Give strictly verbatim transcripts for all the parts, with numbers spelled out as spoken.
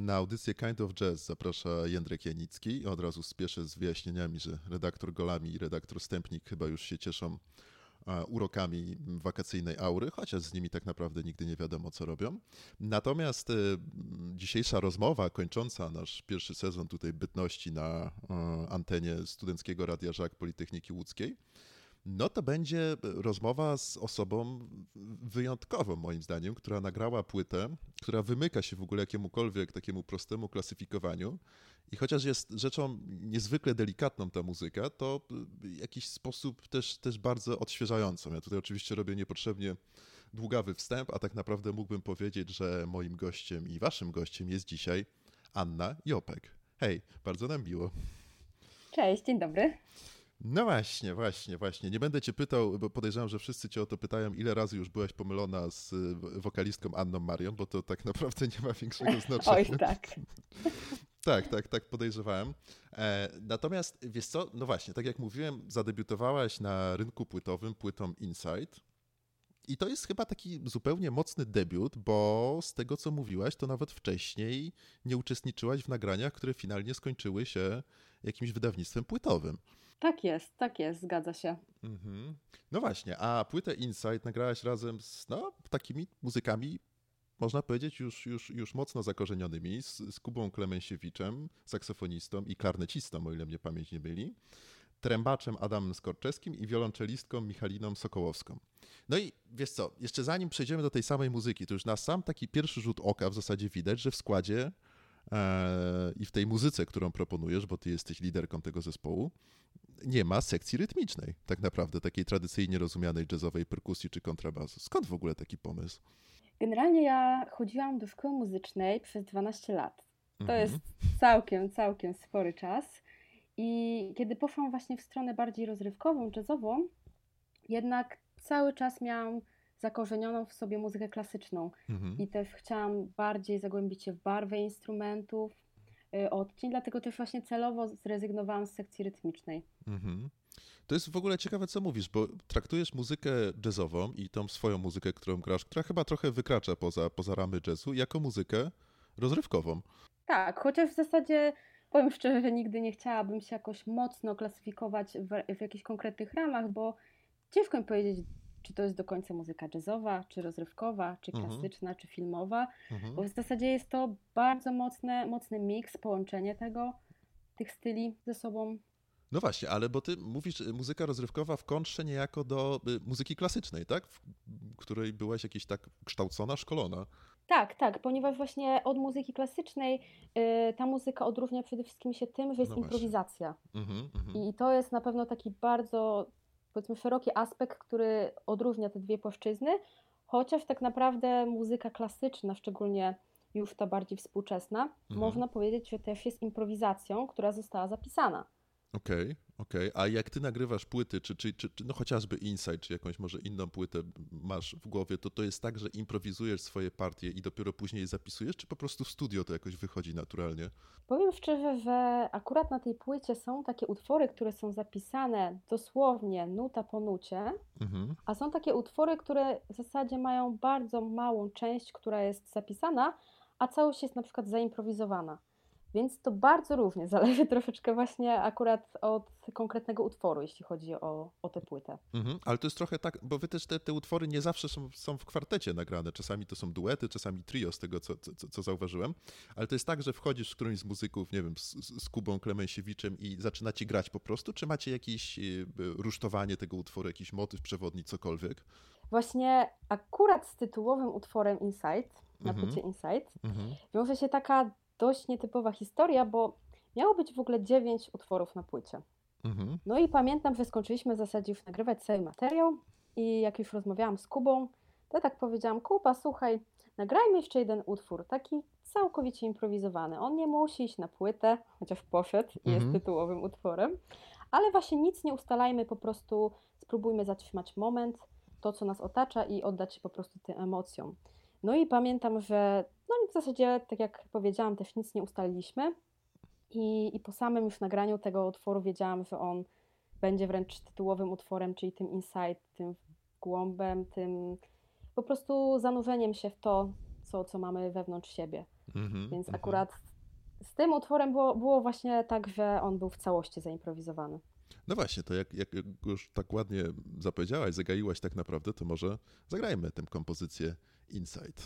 Na audycję Kind of Jazz zaprasza Jędrek Janicki i od razu spieszę z wyjaśnieniami, że redaktor Golami i redaktor Stępnik chyba już się cieszą urokami wakacyjnej aury, chociaż z nimi tak naprawdę nigdy nie wiadomo, co robią. Natomiast dzisiejsza rozmowa kończąca nasz pierwszy sezon tutaj bytności na antenie Studenckiego Radia Żak Politechniki Łódzkiej, no to będzie rozmowa z osobą wyjątkową, moim zdaniem, która nagrała płytę, która wymyka się w ogóle jakiemukolwiek takiemu prostemu klasyfikowaniu i chociaż jest rzeczą niezwykle delikatną ta muzyka, to w jakiś sposób też, też bardzo odświeżającą. Ja tutaj oczywiście robię niepotrzebnie długawy wstęp, a tak naprawdę mógłbym powiedzieć, że moim gościem i waszym gościem jest dzisiaj Anna Jopek. Hej, bardzo nam miło. Cześć, dzień dobry. No właśnie, właśnie, właśnie. Nie będę cię pytał, bo podejrzewam, że wszyscy cię o to pytają, ile razy już byłaś pomylona z wokalistką Anną Marią, bo to tak naprawdę nie ma większego znaczenia. Oj, tak. Tak, tak, tak podejrzewałem. E, natomiast wiesz co, no właśnie, tak jak mówiłem, zadebiutowałaś na rynku płytowym płytą Inside. I to jest chyba taki zupełnie mocny debiut, bo z tego, co mówiłaś, to nawet wcześniej nie uczestniczyłaś w nagraniach, które finalnie skończyły się jakimś wydawnictwem płytowym. Tak jest, tak jest, zgadza się. Mhm. No właśnie, a płytę Inside nagrałaś razem z no, takimi muzykami, można powiedzieć, już, już, już mocno zakorzenionymi, z, z Kubą Klemenciewiczem, saksofonistą i klarnecistą, o ile mnie pamięć nie myli, trębaczem Adamem Skorczewskim i wiolonczelistką Michaliną Sokołowską. No i wiesz co, jeszcze zanim przejdziemy do tej samej muzyki, to już na sam taki pierwszy rzut oka w zasadzie widać, że w składzie e, i w tej muzyce, którą proponujesz, bo ty jesteś liderką tego zespołu, nie ma sekcji rytmicznej, tak naprawdę, takiej tradycyjnie rozumianej jazzowej perkusji czy kontrabasu. Skąd w ogóle taki pomysł? Generalnie ja chodziłam do szkoły muzycznej przez dwanaście lat. To Mhm. jest całkiem, całkiem spory czas. I kiedy poszłam właśnie w stronę bardziej rozrywkową, jazzową, jednak cały czas miałam zakorzenioną w sobie muzykę klasyczną. Mhm. I też chciałam bardziej zagłębić się w barwę instrumentów, y, odcień, dlatego też właśnie celowo zrezygnowałam z sekcji rytmicznej. Mhm. To jest w ogóle ciekawe, co mówisz, bo traktujesz muzykę jazzową i tą swoją muzykę, którą grasz, która chyba trochę wykracza poza, poza ramy jazzu, jako muzykę rozrywkową. Tak, chociaż w zasadzie powiem szczerze, że nigdy nie chciałabym się jakoś mocno klasyfikować w, w jakichś konkretnych ramach, bo ciężko mi powiedzieć, czy to jest do końca muzyka jazzowa, czy rozrywkowa, czy Mhm. klasyczna, czy filmowa, Mhm. bo w zasadzie jest to bardzo mocne, mocny miks, połączenie tego, tych styli ze sobą. No właśnie, ale bo ty mówisz y, muzyka rozrywkowa w kontrze niejako do y, muzyki klasycznej, tak? W której byłaś jakieś tak kształcona, szkolona. Tak, tak, ponieważ właśnie od muzyki klasycznej y, ta muzyka odróżnia przede wszystkim się tym, że jest No właśnie. improwizacja. Mhm, mhm. I to jest na pewno taki bardzo, powiedzmy, szeroki aspekt, który odróżnia te dwie płaszczyzny, chociaż tak naprawdę muzyka klasyczna, szczególnie już ta bardziej współczesna, Mhm. można powiedzieć, że też jest improwizacją, która została zapisana. Okej, okej. A jak ty nagrywasz płyty, czy, czy, czy, czy no chociażby Inside, czy jakąś może inną płytę masz w głowie, to to jest tak, że improwizujesz swoje partie i dopiero później je zapisujesz, czy po prostu w studio to jakoś wychodzi naturalnie? Powiem szczerze, że akurat na tej płycie są takie utwory, które są zapisane dosłownie nuta po nucie, Mhm. a są takie utwory, które w zasadzie mają bardzo małą część, która jest zapisana, a całość jest na przykład zaimprowizowana. Więc to bardzo różnie, zależy troszeczkę właśnie akurat od konkretnego utworu, jeśli chodzi o, o tę płytę. Mhm. Ale to jest trochę tak, bo wy też te, te utwory nie zawsze są, są w kwartecie nagrane, czasami to są duety, czasami trio, z tego co, co, co zauważyłem, ale to jest tak, że wchodzisz w którymś z muzyków, nie wiem, z, z Kubą Klemenciewiczem i zaczynacie grać po prostu, czy macie jakieś y, rusztowanie tego utworu, jakiś motyw przewodni, cokolwiek? Właśnie akurat z tytułowym utworem Inside, na Mhm. płycie Inside, Mhm. wiąże się taka dość nietypowa historia, bo miało być w ogóle dziewięć utworów na płycie. Mhm. No i pamiętam, że skończyliśmy w zasadzie już nagrywać cały materiał i jak już rozmawiałam z Kubą, to tak powiedziałam: Kuba, słuchaj, nagrajmy jeszcze jeden utwór, taki całkowicie improwizowany. On nie musi iść na płytę, chociaż poszedł i jest Mhm. tytułowym utworem, ale właśnie nic nie ustalajmy, po prostu spróbujmy zatrzymać moment, to co nas otacza i oddać się po prostu tym emocjom. No i pamiętam, że no w zasadzie, tak jak powiedziałam, też nic nie ustaliliśmy i, i po samym już nagraniu tego utworu wiedziałam, że on będzie wręcz tytułowym utworem, czyli tym insight, tym głąbem, tym po prostu zanurzeniem się w to, co, co mamy wewnątrz siebie. Mhm, Więc mhm. akurat z tym utworem było, było właśnie tak, że on był w całości zaimprowizowany. No właśnie, to jak, jak już tak ładnie zapowiedziałaś, zagaiłaś tak naprawdę, to może zagrajmy tę kompozycję Inside.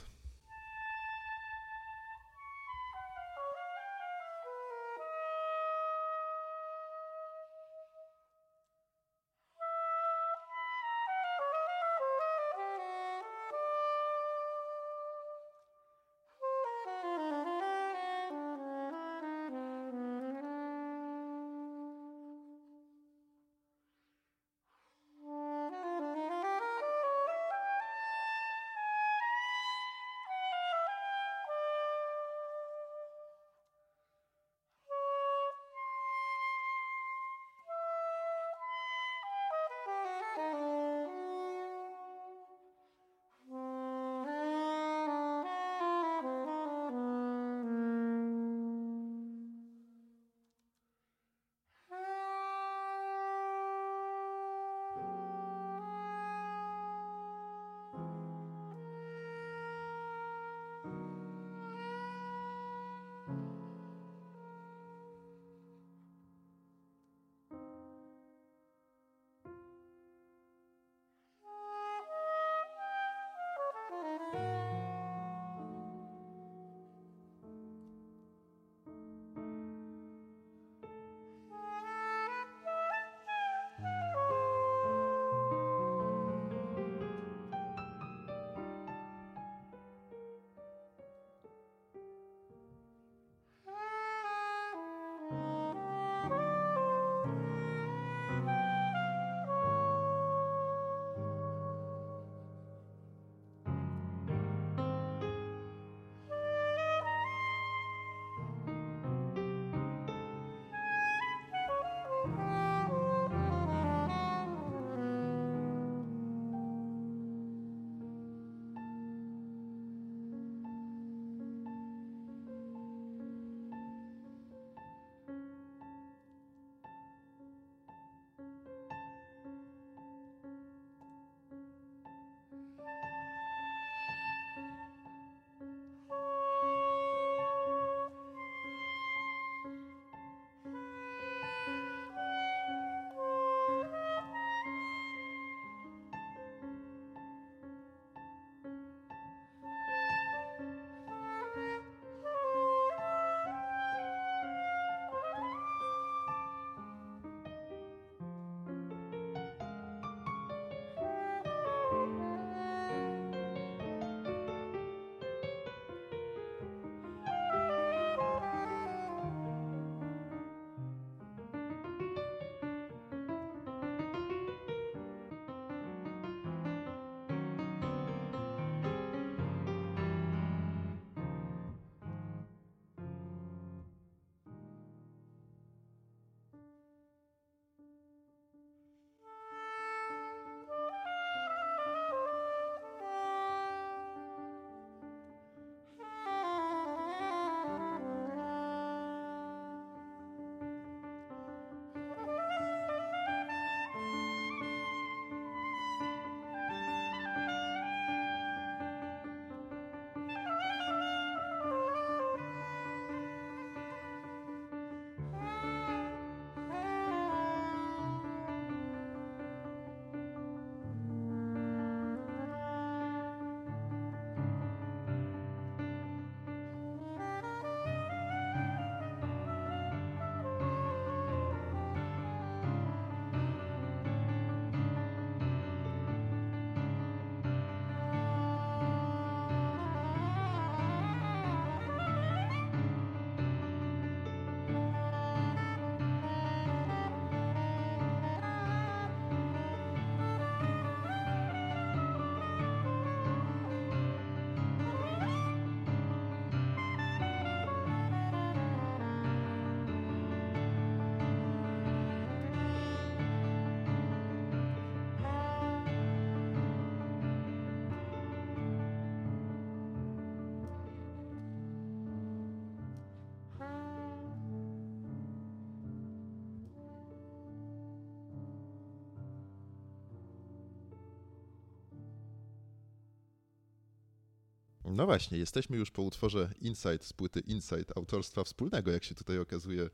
No właśnie, jesteśmy już po utworze Inside z płyty Inside autorstwa wspólnego, jak się tutaj okazuje,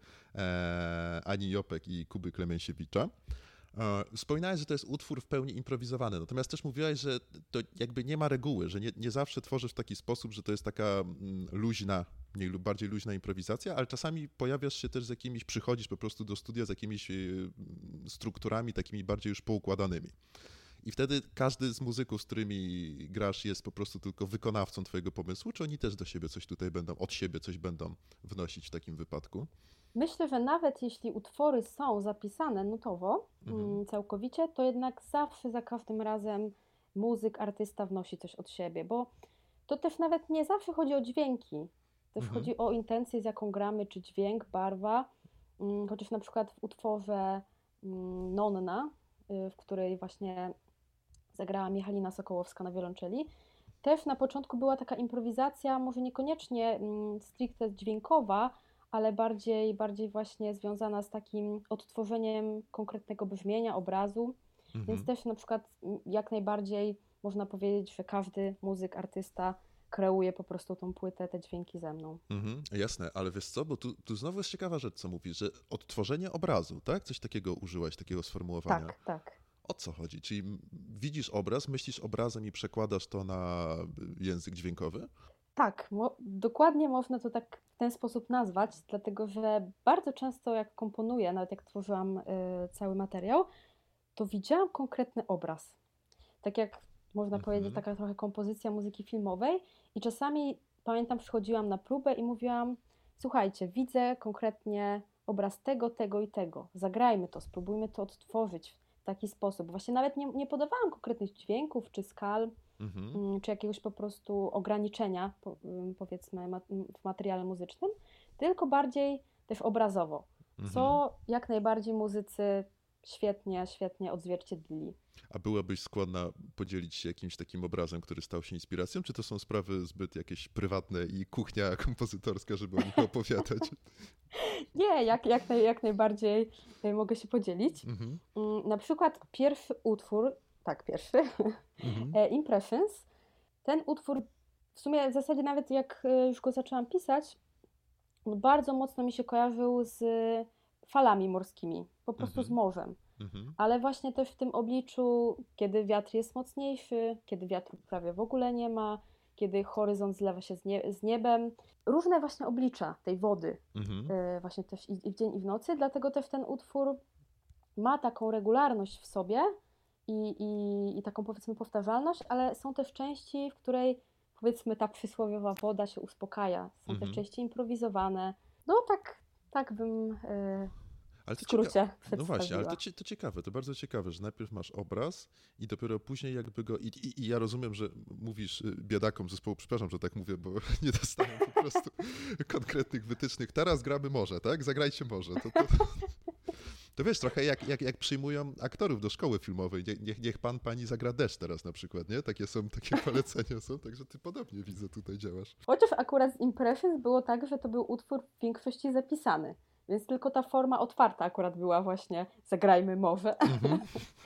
e, Ani Jopek i Kuby Klemensiewicza. Wspominałeś, że to jest utwór w pełni improwizowany, natomiast też mówiłaś, że to jakby nie ma reguły, że nie, nie zawsze tworzysz w taki sposób, że to jest taka luźna, mniej lub bardziej luźna improwizacja, ale czasami pojawiasz się też z jakimiś, przychodzisz po prostu do studia z jakimiś strukturami takimi bardziej już poukładanymi. I wtedy każdy z muzyków, z którymi grasz, jest po prostu tylko wykonawcą twojego pomysłu, czy oni też do siebie coś tutaj będą, od siebie coś będą wnosić w takim wypadku? Myślę, że nawet jeśli utwory są zapisane nutowo mhm. całkowicie, to jednak zawsze za każdym razem muzyk, artysta wnosi coś od siebie, bo to też nawet nie zawsze chodzi o dźwięki, też mhm. chodzi o intencję, z jaką gramy, czy dźwięk, barwa, chociaż na przykład w utworze Nonna, w której właśnie zagrała Michalina Sokołowska na wiolonczeli, też na początku była taka improwizacja, może niekoniecznie stricte dźwiękowa, ale bardziej, bardziej właśnie związana z takim odtworzeniem konkretnego brzmienia, obrazu, mhm. więc też na przykład jak najbardziej można powiedzieć, że każdy muzyk, artysta kreuje po prostu tą płytę, te dźwięki ze mną. Mhm, jasne, ale wiesz co, bo tu, tu znowu jest ciekawa rzecz, co mówisz, że odtworzenie obrazu, tak? Coś takiego użyłaś, takiego sformułowania. Tak, tak. O co chodzi? Czyli widzisz obraz, myślisz obrazem i przekładasz to na język dźwiękowy? Tak, mo- dokładnie można to tak w ten sposób nazwać, dlatego że bardzo często jak komponuję, nawet jak tworzyłam y, cały materiał, to widziałam konkretny obraz. Tak jak można mhm. powiedzieć, taka trochę kompozycja muzyki filmowej i czasami, pamiętam, przychodziłam na próbę i mówiłam, słuchajcie, widzę konkretnie obraz tego, tego i tego, zagrajmy to, spróbujmy to odtworzyć w taki sposób. Właśnie nawet nie, nie podawałam konkretnych dźwięków czy skal, mhm. czy jakiegoś po prostu ograniczenia, powiedzmy, w materiale muzycznym, tylko bardziej też obrazowo, mhm. co jak najbardziej muzycy świetnie, świetnie odzwierciedlili. A byłabyś skłonna podzielić się jakimś takim obrazem, który stał się inspiracją, czy to są sprawy zbyt jakieś prywatne i kuchnia kompozytorska, żeby o nich opowiadać? Nie, jak, jak, naj, jak najbardziej mogę się podzielić. Mhm. Na przykład pierwszy utwór, tak, pierwszy, mhm. Impressions. Ten utwór, w sumie w zasadzie nawet jak już go zaczęłam pisać, bardzo mocno mi się kojarzył z falami morskimi, po prostu mhm. z morzem. Mhm. Ale właśnie też w tym obliczu, kiedy wiatr jest mocniejszy, kiedy wiatru prawie w ogóle nie ma, kiedy horyzont zlewa się z, nie, z niebem. Różne właśnie oblicza tej wody, mhm. y, właśnie też i, i w dzień i w nocy, dlatego też ten utwór ma taką regularność w sobie i, i, i taką powiedzmy powtarzalność, ale są też części, w której powiedzmy ta przysłowiowa woda się uspokaja. Są mhm. też części improwizowane. No tak, tak bym... Y, Ale to w skrócie cieka- No właśnie, ale to, to ciekawe, to bardzo ciekawe, że najpierw masz obraz i dopiero później jakby go... I, i, i ja rozumiem, że mówisz biedakom zespołu, przepraszam, że tak mówię, bo nie dostaję po prostu konkretnych wytycznych. Teraz gramy morze, tak? Zagrajcie morze. To, to, to wiesz, trochę jak, jak, jak przyjmują aktorów do szkoły filmowej. Niech, niech pan, pani zagra deszcz teraz na przykład, nie? Takie są, takie polecenia są, także ty podobnie widzę tutaj działasz. Chociaż akurat z Impressions było tak, że to był utwór w większości zapisany. Więc tylko ta forma otwarta akurat była właśnie zagrajmy morze. Mhm.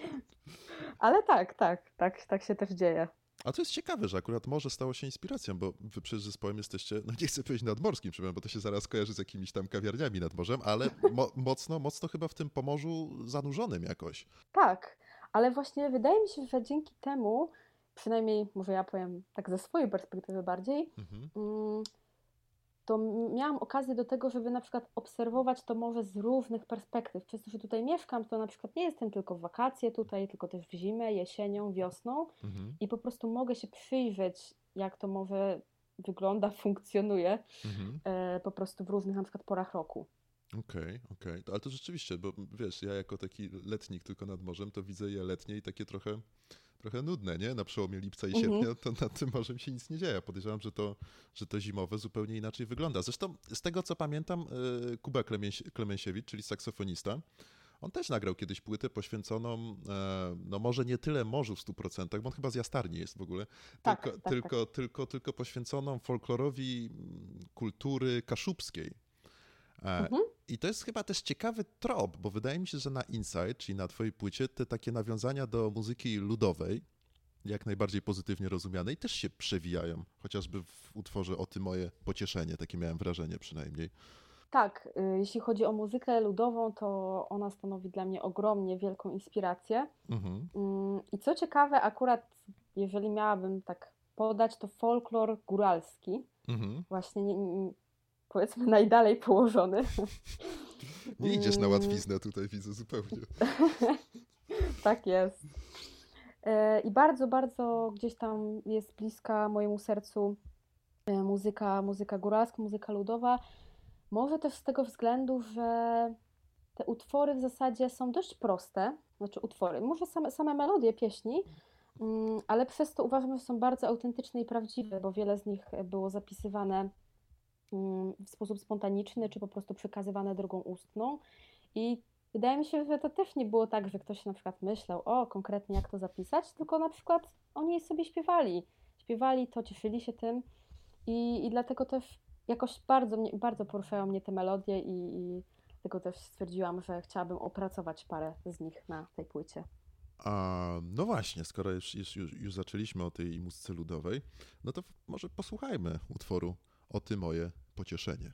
Ale tak, tak, tak, tak się też dzieje. A to jest ciekawe, że akurat morze stało się inspiracją, bo wy przecież zespołem jesteście, no nie chcę powiedzieć nadmorskim, bo to się zaraz kojarzy z jakimiś tam kawiarniami nad morzem, ale mo- mocno, mocno chyba w tym pomorzu zanurzonym jakoś. Tak, ale właśnie wydaje mi się, że dzięki temu, przynajmniej może ja powiem tak ze swojej perspektywy bardziej, mhm. mm, to miałam okazję do tego, żeby na przykład obserwować to morze z różnych perspektyw. Przez to, że tutaj mieszkam, to na przykład nie jestem tylko w wakacje tutaj, tylko też w zimę, jesienią, wiosną mhm. i po prostu mogę się przyjrzeć, jak to morze wygląda, funkcjonuje mhm. e, po prostu w różnych na przykład porach roku. Okej, okay, okej. Okay. Ale to rzeczywiście, bo wiesz, ja jako taki letnik tylko nad morzem, to widzę je letnie i takie trochę... trochę nudne, nie? Na przełomie lipca i sierpnia mhm. to nad tym morzem się nic nie dzieje. Podejrzewam, że to, że to zimowe zupełnie inaczej wygląda. Zresztą z tego, co pamiętam, Kuba Klemensiewicz, czyli saksofonista, on też nagrał kiedyś płytę poświęconą, no może nie tyle morzu w stu procentach, bo on chyba z Jastarni jest w ogóle, tak, tylko, tak, tylko, tak. Tylko, tylko poświęconą folklorowi kultury kaszubskiej. Mhm. I to jest chyba też ciekawy trop, bo wydaje mi się, że na Inside, czyli na twojej płycie, te takie nawiązania do muzyki ludowej, jak najbardziej pozytywnie rozumiane i też się przewijają, chociażby w utworze O ty moje pocieszenie, takie miałem wrażenie przynajmniej. Tak, y, jeśli chodzi o muzykę ludową, to ona stanowi dla mnie ogromnie wielką inspirację. Mhm. Mm, I co ciekawe, akurat jeżeli miałabym tak podać, to folklor góralski, Mhm. właśnie nie, nie, powiedzmy najdalej położony. Nie idziesz na Mm, łatwiznę tutaj, widzę zupełnie. Tak jest. E, I bardzo, bardzo gdzieś tam jest bliska mojemu sercu e, muzyka, muzyka góralska, muzyka ludowa. Może też z tego względu, że te utwory w zasadzie są dość proste, znaczy utwory, może same, same melodie pieśni, mm, ale przez to uważam, że są bardzo autentyczne i prawdziwe, bo wiele z nich było zapisywane mm, w sposób spontaniczny, czy po prostu przekazywane drogą ustną. I wydaje mi się, że to też nie było tak, że ktoś na przykład myślał, o, konkretnie jak to zapisać, tylko na przykład oni sobie śpiewali. Śpiewali to, cieszyli się tym i, i dlatego też jakoś bardzo, mnie, bardzo poruszają mnie te melodie i, i dlatego też stwierdziłam, że chciałabym opracować parę z nich na tej płycie. A, no właśnie, skoro już, już, już już zaczęliśmy o tej muzyce ludowej, no to może posłuchajmy utworu O ty moje pocieszenie.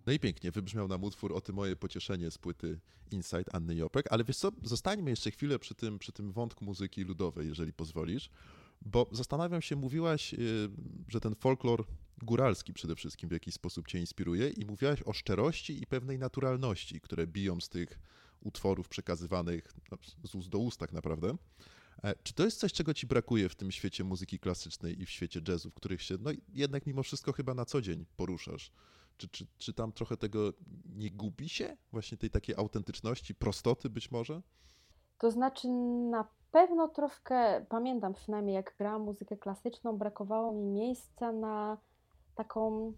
No i pięknie, wybrzmiał nam utwór O ty moje pocieszenie z płyty Inside Anny Jopek, ale wiesz co, zostańmy jeszcze chwilę przy tym, przy tym wątku muzyki ludowej, jeżeli pozwolisz, bo zastanawiam się, mówiłaś, że ten folklor góralski przede wszystkim w jakiś sposób cię inspiruje i mówiłaś o szczerości i pewnej naturalności, które biją z tych utworów przekazywanych no, z ust do ust tak naprawdę. Czy to jest coś, czego ci brakuje w tym świecie muzyki klasycznej i w świecie jazzu, w których się no, jednak mimo wszystko chyba na co dzień poruszasz? Czy, czy, czy tam trochę tego nie gubi się? Właśnie tej takiej autentyczności, prostoty być może? To znaczy na pewno troszkę, pamiętam przynajmniej jak grałam muzykę klasyczną, brakowało mi miejsca na taką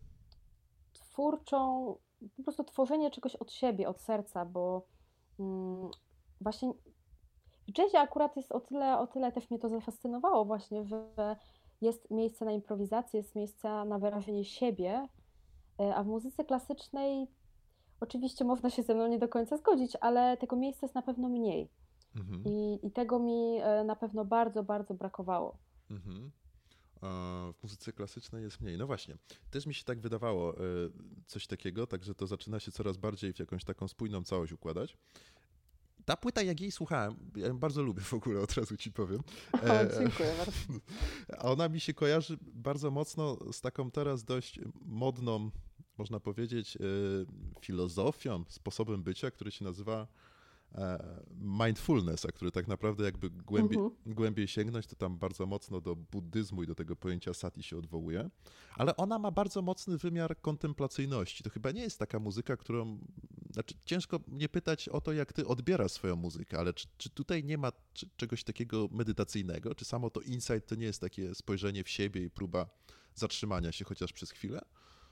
twórczą, po prostu tworzenie czegoś od siebie, od serca, bo mm, właśnie w jazzie akurat jest o tyle, o tyle też mnie to zafascynowało właśnie, że jest miejsce na improwizację, jest miejsce na wyrażenie siebie, a w muzyce klasycznej oczywiście można się ze mną nie do końca zgodzić, ale tego miejsca jest na pewno mniej. Mhm. I, I tego mi na pewno bardzo, bardzo brakowało. Mhm. W muzyce klasycznej jest mniej. No właśnie, też mi się tak wydawało coś takiego, także to zaczyna się coraz bardziej w jakąś taką spójną całość układać. Ta płyta, jak jej słuchałem, ja ją bardzo lubię w ogóle, od razu ci powiem. O, dziękuję bardzo. A ona mi się kojarzy bardzo mocno z taką teraz dość modną, można powiedzieć, filozofią, sposobem bycia, który się nazywa mindfulness, a który tak naprawdę jakby głębiej, mhm. głębiej sięgnąć, to tam bardzo mocno do buddyzmu i do tego pojęcia sati się odwołuje, ale ona ma bardzo mocny wymiar kontemplacyjności. To chyba nie jest taka muzyka, którą, znaczy ciężko mnie pytać o to, jak ty odbierasz swoją muzykę, ale czy, czy tutaj nie ma czy, czegoś takiego medytacyjnego, czy samo to insight to nie jest takie spojrzenie w siebie i próba zatrzymania się chociaż przez chwilę?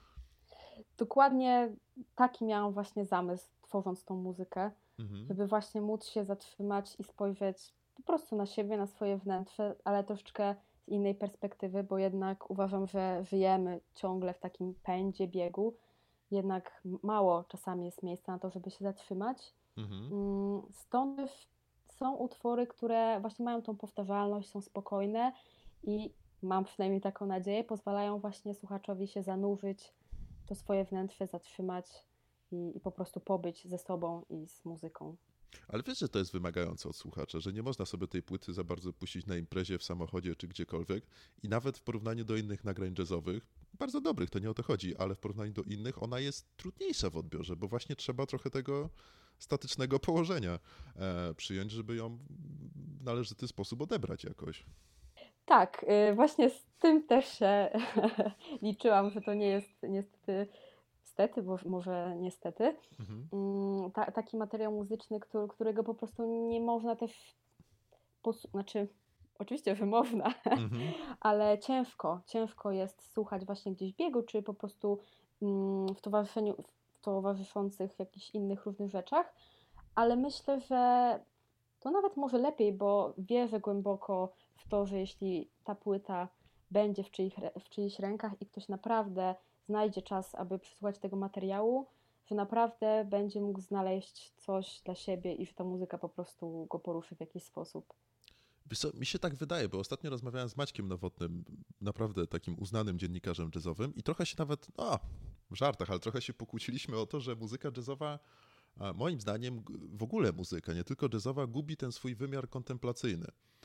Dokładnie taki miałam właśnie zamysł, tworząc tą muzykę, mhm. żeby właśnie móc się zatrzymać i spojrzeć po prostu na siebie, na swoje wnętrze, ale troszeczkę z innej perspektywy, bo jednak uważam, że żyjemy ciągle w takim pędzie, biegu, jednak mało czasami jest miejsca na to, żeby się zatrzymać. Mhm. Stąd też są utwory, które właśnie mają tą powtarzalność, są spokojne i mam przynajmniej taką nadzieję, pozwalają właśnie słuchaczowi się zanurzyć to swoje wnętrze, zatrzymać i, i po prostu pobyć ze sobą i z muzyką. Ale wiesz, że to jest wymagające od słuchacza, że nie można sobie tej płyty za bardzo puścić na imprezie, w samochodzie czy gdziekolwiek i nawet w porównaniu do innych nagrań jazzowych, bardzo dobrych, to nie o to chodzi, ale w porównaniu do innych ona jest trudniejsza w odbiorze, bo właśnie trzeba trochę tego statycznego położenia e, przyjąć, żeby ją w należyty sposób odebrać jakoś. Tak, właśnie z tym też się liczyłam, że to nie jest niestety, niestety, bo może niestety, mhm. Ta, taki materiał muzyczny, który, którego po prostu nie można też, pos- znaczy oczywiście, że można, mhm. ale ciężko, ciężko jest słuchać właśnie gdzieś w biegu, czy po prostu w towarzyszeniu, w towarzyszących jakichś innych różnych rzeczach, ale myślę, że to nawet może lepiej, bo wierzę głęboko w to, że jeśli ta płyta będzie w, czyich, w czyichś rękach i ktoś naprawdę znajdzie czas, aby przesłuchać tego materiału, że naprawdę będzie mógł znaleźć coś dla siebie i że ta muzyka po prostu go poruszy w jakiś sposób. Wiesz co, mi się tak wydaje, bo ostatnio rozmawiałem z Maćkiem Nowotnym, naprawdę takim uznanym dziennikarzem jazzowym i trochę się nawet, no w żartach, ale trochę się pokłóciliśmy o to, że muzyka jazzowa, a moim zdaniem w ogóle muzyka, nie tylko jazzowa, gubi ten swój wymiar kontemplacyjny.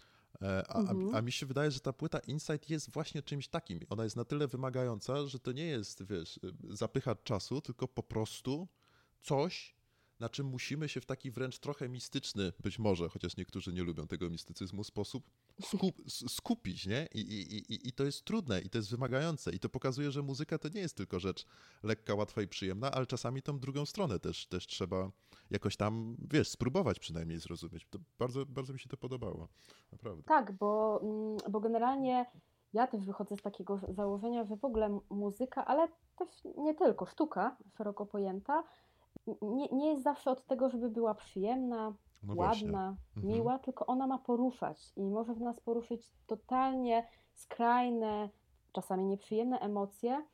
A, mhm. a, a mi się wydaje, że ta płyta Insight jest właśnie czymś takim. Ona jest na tyle wymagająca, że to nie jest, wiesz, zapychacz czasu, tylko po prostu coś, na czym musimy się w taki wręcz trochę mistyczny, być może, chociaż niektórzy nie lubią tego mistycyzmu, sposób skup, skupić, nie? I, i, i, I to jest trudne, i to jest wymagające. I to pokazuje, że muzyka to nie jest tylko rzecz lekka, łatwa i przyjemna, ale czasami tą drugą stronę też, też trzeba jakoś tam, wiesz, spróbować przynajmniej zrozumieć. To bardzo, bardzo mi się to podobało, naprawdę. Tak, bo, bo generalnie ja też wychodzę z takiego założenia, że w ogóle muzyka, ale też nie tylko, sztuka szeroko pojęta, nie, nie jest zawsze od tego, żeby była przyjemna, no ładna, mhm. miła, tylko ona ma poruszać i może w nas poruszyć totalnie skrajne, czasami nieprzyjemne emocje,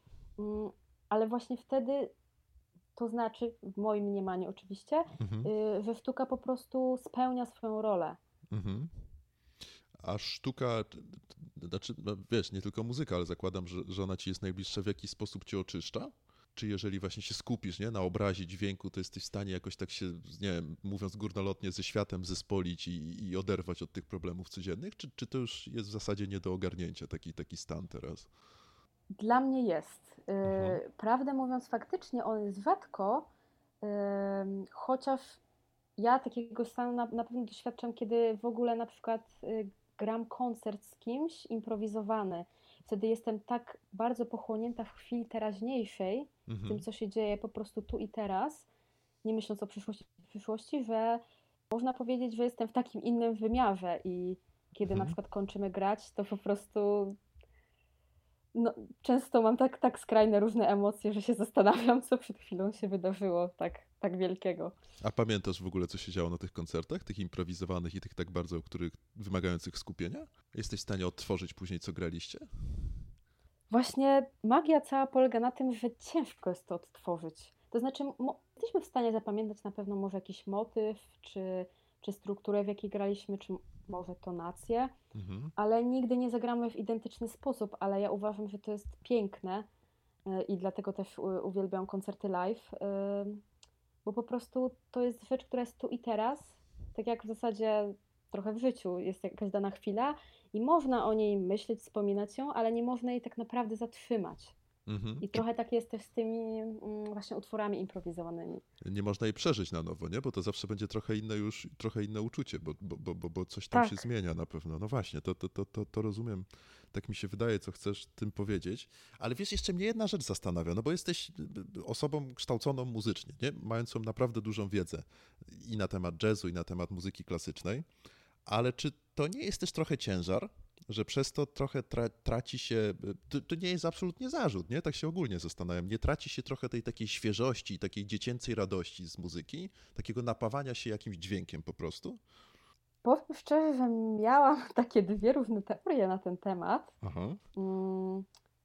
ale właśnie wtedy, to znaczy, w moim mniemaniu oczywiście, mhm. że sztuka po prostu spełnia swoją rolę. Mhm. A sztuka, znaczy, no wiesz, nie tylko muzyka, ale zakładam, że, że ona ci jest najbliższa, w jakiś sposób cię oczyszcza? czy jeżeli właśnie się skupisz, nie, na obrazie, dźwięku, to jesteś w stanie jakoś tak się, nie wiem, mówiąc górnolotnie, ze światem zespolić i, i oderwać od tych problemów codziennych, czy, czy to już jest w zasadzie nie do ogarnięcia, taki, taki stan teraz? Dla mnie jest. Mhm. Yy, prawdę mówiąc, faktycznie on jest rzadko, yy, chociaż ja takiego stanu na, na pewno doświadczam, kiedy w ogóle na przykład y, gram koncert z kimś improwizowany. Wtedy jestem tak bardzo pochłonięta w chwili teraźniejszej, w tym, Mhm. co się dzieje po prostu tu i teraz, nie myśląc o przyszłości, przyszłości, że można powiedzieć, że jestem w takim innym wymiarze i kiedy na Mhm. przykład kończymy grać, to po prostu no, często mam tak, tak skrajne różne emocje, że się zastanawiam, co przed chwilą się wydarzyło tak, tak wielkiego. A pamiętasz w ogóle, co się działo na tych koncertach, tych improwizowanych i tych tak bardzo, których wymagających skupienia? Jesteś w stanie odtworzyć później, co graliście? Właśnie magia cała polega na tym, że ciężko jest to odtworzyć. To znaczy, mo- jesteśmy w stanie zapamiętać na pewno może jakiś motyw, czy, czy strukturę, w jakiej graliśmy, czy może tonację, Mhm. ale nigdy nie zagramy w identyczny sposób, ale ja uważam, że to jest piękne y, i dlatego też u- uwielbiam koncerty live, y, bo po prostu to jest rzecz, która jest tu i teraz, tak jak w zasadzie trochę w życiu jest jakaś dana chwila i można o niej myśleć, wspominać ją, ale nie można jej tak naprawdę zatrzymać. Mhm. I trochę tak jest też z tymi mm, właśnie utworami improwizowanymi. Nie można jej przeżyć na nowo, nie? Bo to zawsze będzie trochę inne już, trochę inne uczucie, bo, bo, bo, bo- bo coś tam się Tak, zmienia na pewno. No właśnie, to, to, to, to, to rozumiem, tak mi się wydaje, co chcesz tym powiedzieć. Ale wiesz, jeszcze mnie jedna rzecz zastanawia, no bo jesteś y, y, osobą kształconą muzycznie, nie? Mającą naprawdę dużą wiedzę i na temat jazzu, i na temat muzyki klasycznej, ale czy to nie jest też trochę ciężar, że przez to trochę tra- traci się, to, to nie jest absolutnie zarzut, nie? Tak się ogólnie zastanawiam, nie traci się trochę tej takiej świeżości i takiej dziecięcej radości z muzyki, takiego napawania się jakimś dźwiękiem po prostu? powiem szczerze, że miałam takie dwie różne teorie na ten temat, Aha. mm,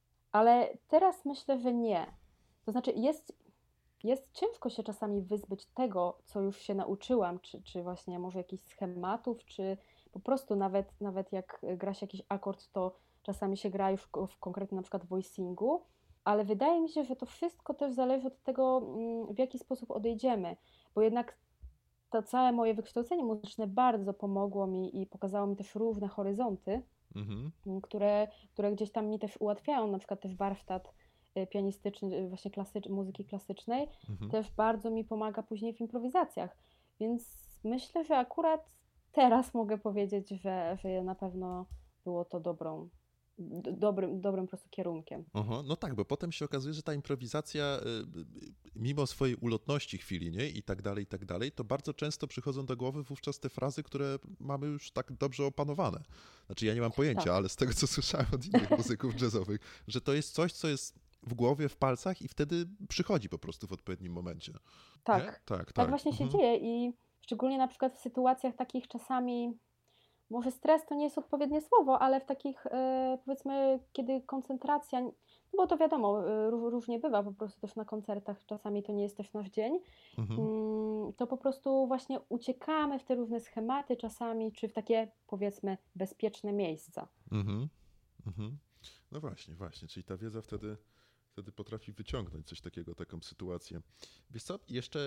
ale teraz myślę, że nie. To znaczy jest, jest ciężko się czasami wyzbyć tego, co już się nauczyłam, czy, czy właśnie może jakichś schematów, czy po prostu nawet, nawet jak gra się jakiś akord, to czasami się gra już w w konkretnym na przykład voicingu, ale wydaje mi się, że to wszystko też zależy od tego, mm, w jaki sposób odejdziemy, bo jednak to całe moje wykształcenie muzyczne bardzo pomogło mi i pokazało mi też różne horyzonty, Mhm. m, które, które gdzieś tam mi też ułatwiają, na przykład też warsztat y, pianistyczny, y, właśnie klasycz, muzyki klasycznej, Mhm. też bardzo mi pomaga później w improwizacjach. Więc myślę, że akurat teraz mogę powiedzieć, że, że na pewno było to dobrą, d- dobrym, dobrym po prostu kierunkiem. Aha, no tak, bo potem się okazuje, że ta improwizacja, y, y, mimo swojej ulotności chwili, nie, i tak dalej, i tak dalej, to bardzo często przychodzą do głowy wówczas te frazy, które mamy już tak dobrze opanowane. Znaczy, ja nie mam pojęcia, Tak, ale z tego, co słyszałem od innych muzyków jazzowych, że to jest coś, co jest w głowie, w palcach i wtedy przychodzi po prostu w odpowiednim momencie. Nie? tak. Tak, Tak tak. właśnie się Mhm. dzieje i szczególnie na przykład w sytuacjach takich czasami może stres to nie jest odpowiednie słowo, ale w takich e, powiedzmy, kiedy koncentracja, no bo to wiadomo, e, ró- różnie bywa po prostu też na koncertach, czasami to nie jest też nasz dzień, Mhm. mm, to po prostu właśnie uciekamy w te różne schematy czasami, czy w takie powiedzmy bezpieczne miejsca. Mhm. Mhm. No właśnie, właśnie, czyli ta wiedza wtedy, wtedy potrafi wyciągnąć coś takiego, taką sytuację. Wiesz co, jeszcze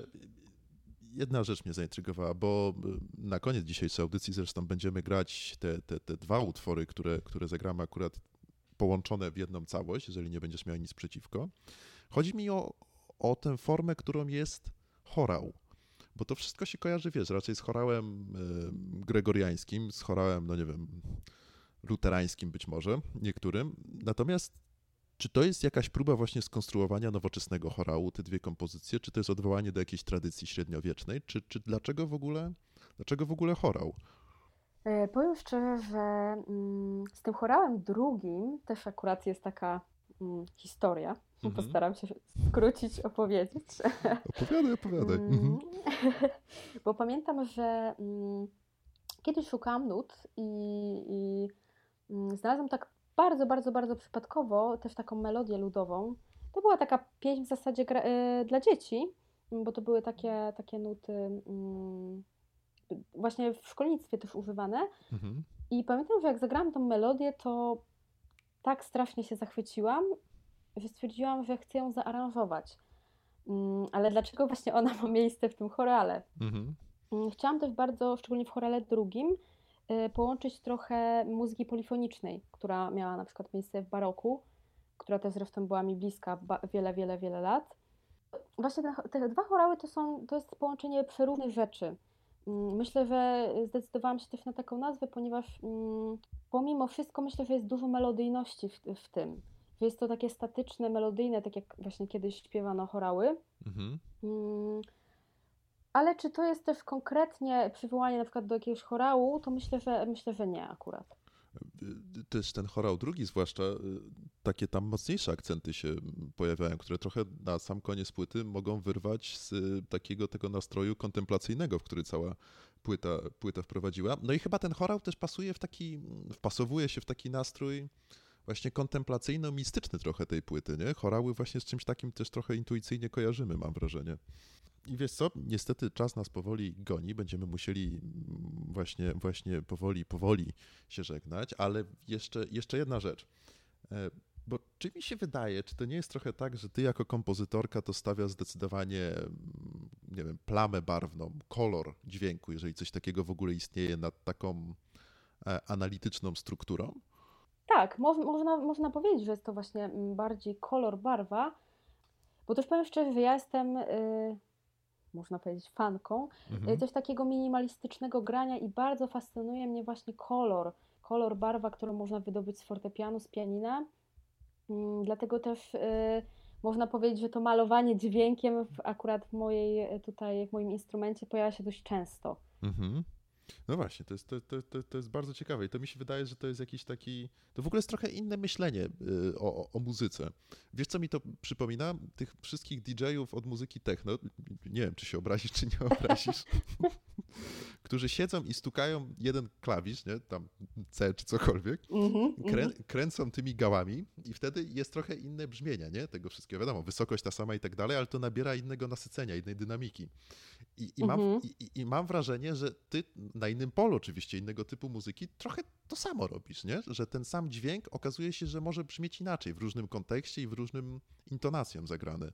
jedna rzecz mnie zaintrygowała, bo y, na koniec dzisiejszej audycji zresztą będziemy grać te, te, te dwa utwory, które, które zagramy akurat połączone w jedną całość, jeżeli nie będziesz miał nic przeciwko. Chodzi mi o, o tę formę, którą jest chorał, bo to wszystko się kojarzy, wiesz, raczej z chorałem y, gregoriańskim, z chorałem, no nie wiem, luterańskim być może, niektórym. Natomiast czy to jest jakaś próba właśnie skonstruowania nowoczesnego chorału, te dwie kompozycje, czy to jest odwołanie do jakiejś tradycji średniowiecznej, czy, czy dlaczego w ogóle, dlaczego w ogóle chorał? E, powiem szczerze, że mm, z tym chorałem drugim też akurat jest taka mm, historia. Mhm. Postaram się skrócić, opowiedzieć. Opowiadaj, opowiadaj. Mhm. Mm, Bo pamiętam, że mm, kiedyś szukałam nut i, i mm, znalazłam tak bardzo, bardzo, bardzo przypadkowo też taką melodię ludową. To była taka pieśń w zasadzie gra, y, dla dzieci, mm, bo to były takie, takie nuty mm, właśnie w szkolnictwie też używane. Mhm. I pamiętam, że jak zagrałam tą melodię, to tak strasznie się zachwyciłam, że stwierdziłam, że chcę ją zaaranżować. Mm, Ale dlaczego właśnie ona ma miejsce w tym chorale? Mhm. Mm, Chciałam też bardzo, szczególnie w chorale drugim, y, połączyć trochę muzyki polifonicznej, która miała na przykład miejsce w baroku, która też zresztą była mi bliska ba- wiele, wiele, wiele lat. Właśnie te, te dwa chorały to są, to jest połączenie przeróżnych rzeczy. Mm, Myślę, że zdecydowałam się też na taką nazwę, ponieważ mm, pomimo wszystko myślę, że jest dużo melodyjności w, w tym. Że jest to takie statyczne, melodyjne, tak jak właśnie kiedyś śpiewano chorały. Mhm. Mm, Ale czy to jest też konkretnie przywołanie na przykład do jakiegoś chorału, to myślę, że myślę, że nie akurat. Y, Też ten chorał drugi zwłaszcza, y, takie tam mocniejsze akcenty się pojawiają, które trochę na sam koniec płyty mogą wyrwać z y, takiego tego nastroju kontemplacyjnego, w który cała płyta, płyta wprowadziła. No i chyba ten chorał też pasuje w taki, wpasowuje się w taki nastrój właśnie kontemplacyjno-mistyczny trochę tej płyty, nie? Chorały właśnie z czymś takim też trochę intuicyjnie kojarzymy, mam wrażenie. I wiesz co, niestety czas nas powoli goni, będziemy musieli mm, właśnie, właśnie powoli, powoli się żegnać, ale jeszcze, jeszcze jedna rzecz. E, Bo czy mi się wydaje, czy to nie jest trochę tak, że ty jako kompozytorka to stawia zdecydowanie, mm, nie wiem, plamę barwną, kolor dźwięku, jeżeli coś takiego w ogóle istnieje nad taką e, analityczną strukturą? Tak, moż, można, można powiedzieć, że jest to właśnie mm, bardziej kolor, barwa, bo też powiem szczerze, że ja jestem, y, można powiedzieć, fanką y, Mhm. też takiego minimalistycznego grania i bardzo fascynuje mnie właśnie kolor, kolor, barwa, którą można wydobyć z fortepianu, z pianina. Mm, Dlatego też y, można powiedzieć, że to malowanie dźwiękiem w, akurat w mojej y, tutaj, w moim instrumencie pojawia się dość często. Mhm. No właśnie, to jest, to, to, to, to jest bardzo ciekawe i to mi się wydaje, że to jest jakiś taki, to w ogóle jest trochę inne myślenie y, o, o, o muzyce. Wiesz, co mi to przypomina? Tych wszystkich D J-ów od muzyki techno, nie wiem, czy się obrazisz, czy nie obrazisz, którzy siedzą i stukają jeden klawisz, nie, tam C czy cokolwiek, Mhm, krę, mhm, kręcą tymi gałami i wtedy jest trochę inne brzmienie, nie, tego wszystkiego. Wiadomo, wysokość ta sama i tak dalej, ale to nabiera innego nasycenia, innej dynamiki. I, i, mam, mhm. i, i- i mam wrażenie, że ty na innym polu oczywiście, innego typu muzyki, trochę to samo robisz, nie? Że ten sam dźwięk okazuje się, że może brzmieć inaczej w różnym kontekście i w różnym intonacją zagrany.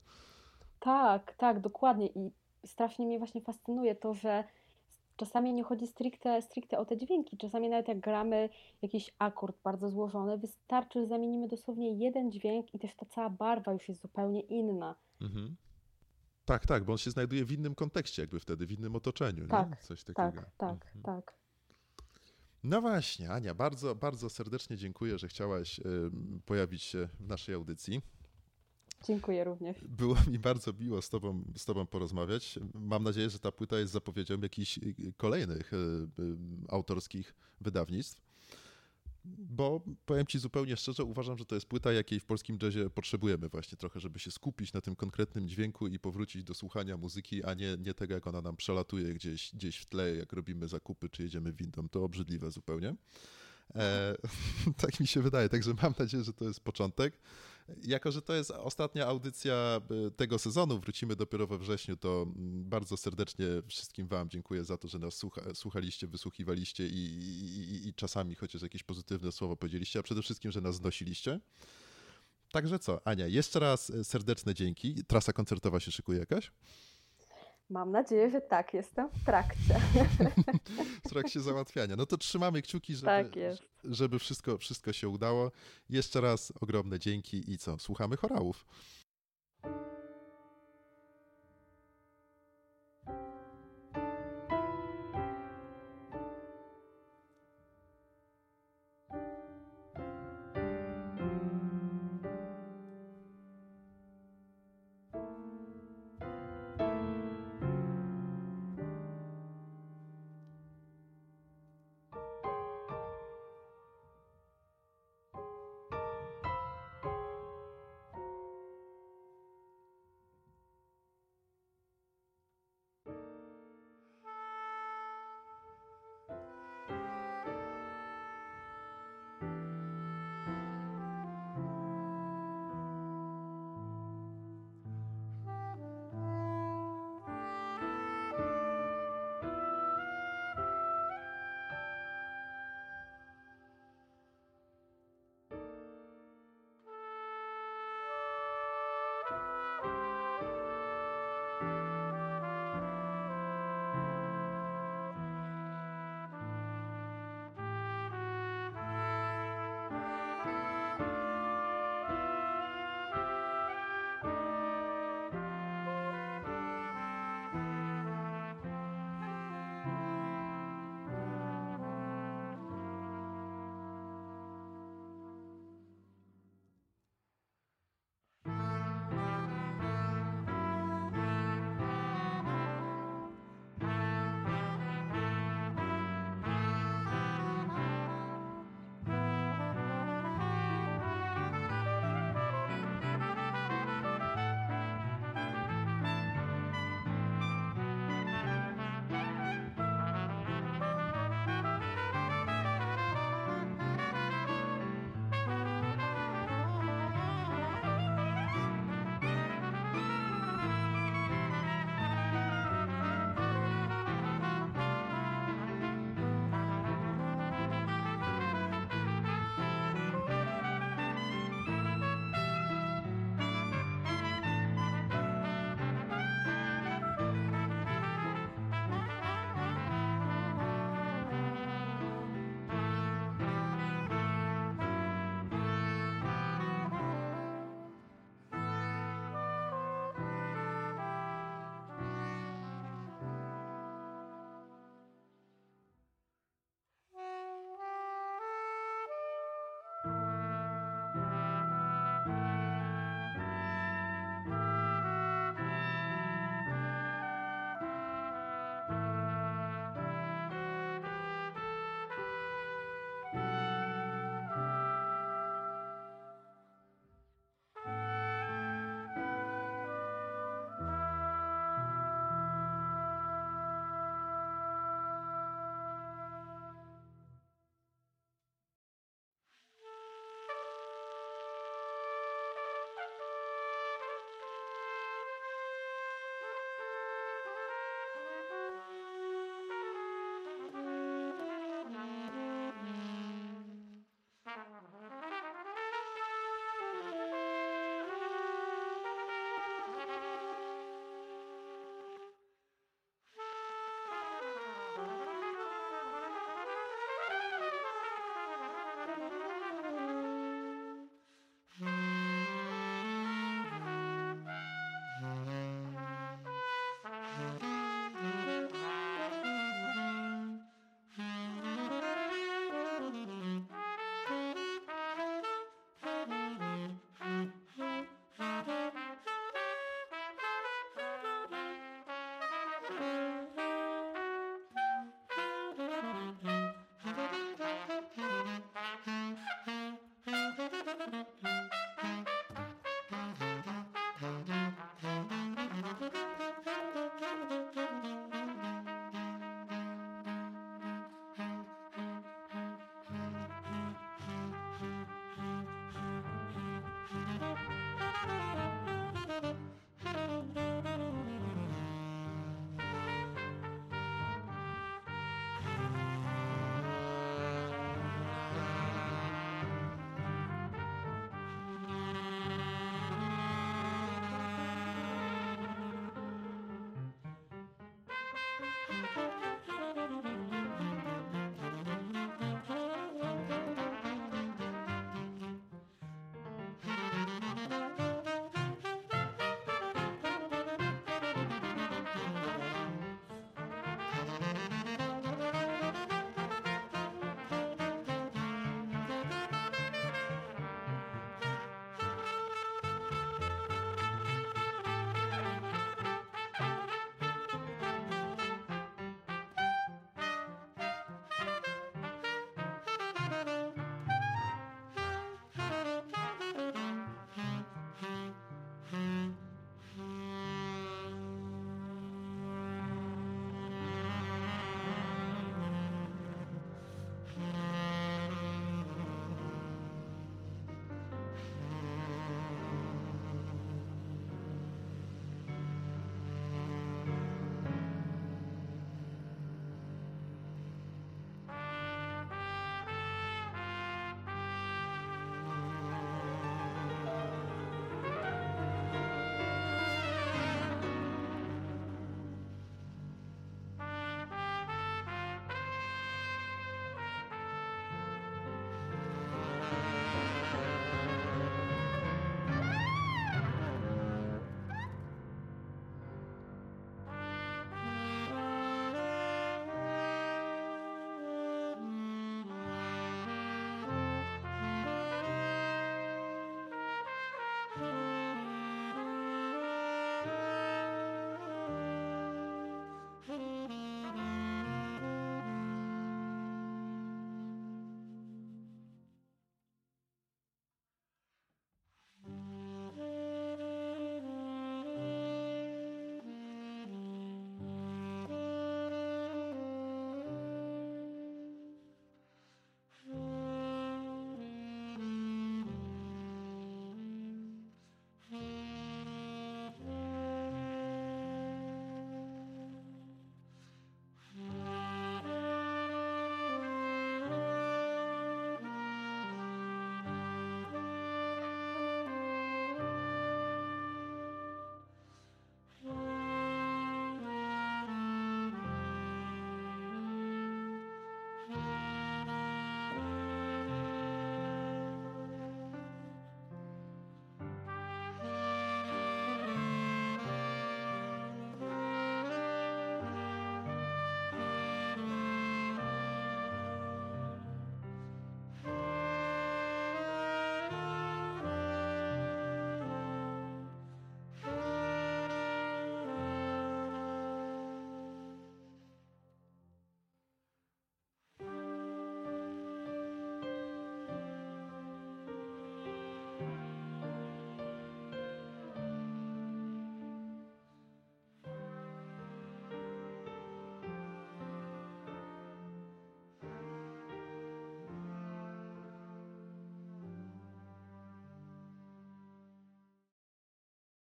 Tak, tak, dokładnie. I strasznie mnie właśnie fascynuje to, że czasami nie chodzi stricte, stricte o te dźwięki. Czasami nawet jak gramy jakiś akord bardzo złożony, wystarczy, że zamienimy dosłownie jeden dźwięk i też ta cała barwa już jest zupełnie inna. Mhm. Tak, tak, bo on się znajduje w innym kontekście jakby wtedy, w innym otoczeniu, nie? Tak, Coś takiego. tak, tak, Mhm. tak. No właśnie, Ania, bardzo, bardzo serdecznie dziękuję, że chciałaś em, pojawić się w naszej audycji. Dziękuję również. Było mi bardzo miło z tobą, z tobą porozmawiać. Mam nadzieję, że ta płyta jest zapowiedzią jakichś y, kolejnych y, y, autorskich wydawnictw, bo powiem ci zupełnie szczerze, uważam, że to jest płyta, jakiej w polskim jazzie potrzebujemy właśnie trochę, żeby się skupić na tym konkretnym dźwięku i powrócić do słuchania muzyki, a nie, nie tego, jak ona nam przelatuje gdzieś, gdzieś w tle, jak robimy zakupy, czy jedziemy windą. To obrzydliwe zupełnie. E, tak mi się wydaje, także mam nadzieję, że to jest początek. Jako że to jest ostatnia audycja e, tego sezonu, wrócimy dopiero we wrześniu, to mm, bardzo serdecznie wszystkim wam dziękuję za to, że nas słucha, słuchaliście, wysłuchiwaliście i, i, i, i czasami chociaż jakieś pozytywne słowo powiedzieliście, a przede wszystkim, że nas znosiliście. Także co, Ania, jeszcze raz serdeczne dzięki. Trasa koncertowa się szykuje jakaś? Mam nadzieję, że tak, jestem w trakcie. W trakcie załatwiania. No to trzymamy kciuki, żeby, Tak jest. żeby wszystko, wszystko się udało. Jeszcze raz ogromne dzięki i co? Słuchamy chorałów.